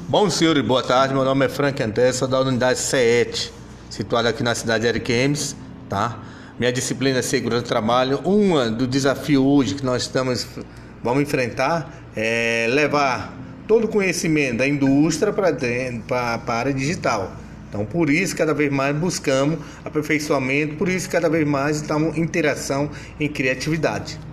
Bom, senhores, boa tarde. Meu nome é Frank Antes, sou da unidade CET, situada aqui na cidade de Ariquemes, tá? Minha disciplina é segurança do trabalho. Uma do desafio hoje que nós vamos enfrentar é levar todo o conhecimento da indústria para a área digital. Então, por isso, cada vez mais buscamos aperfeiçoamento, por isso, cada vez mais estamos em interação, em criatividade.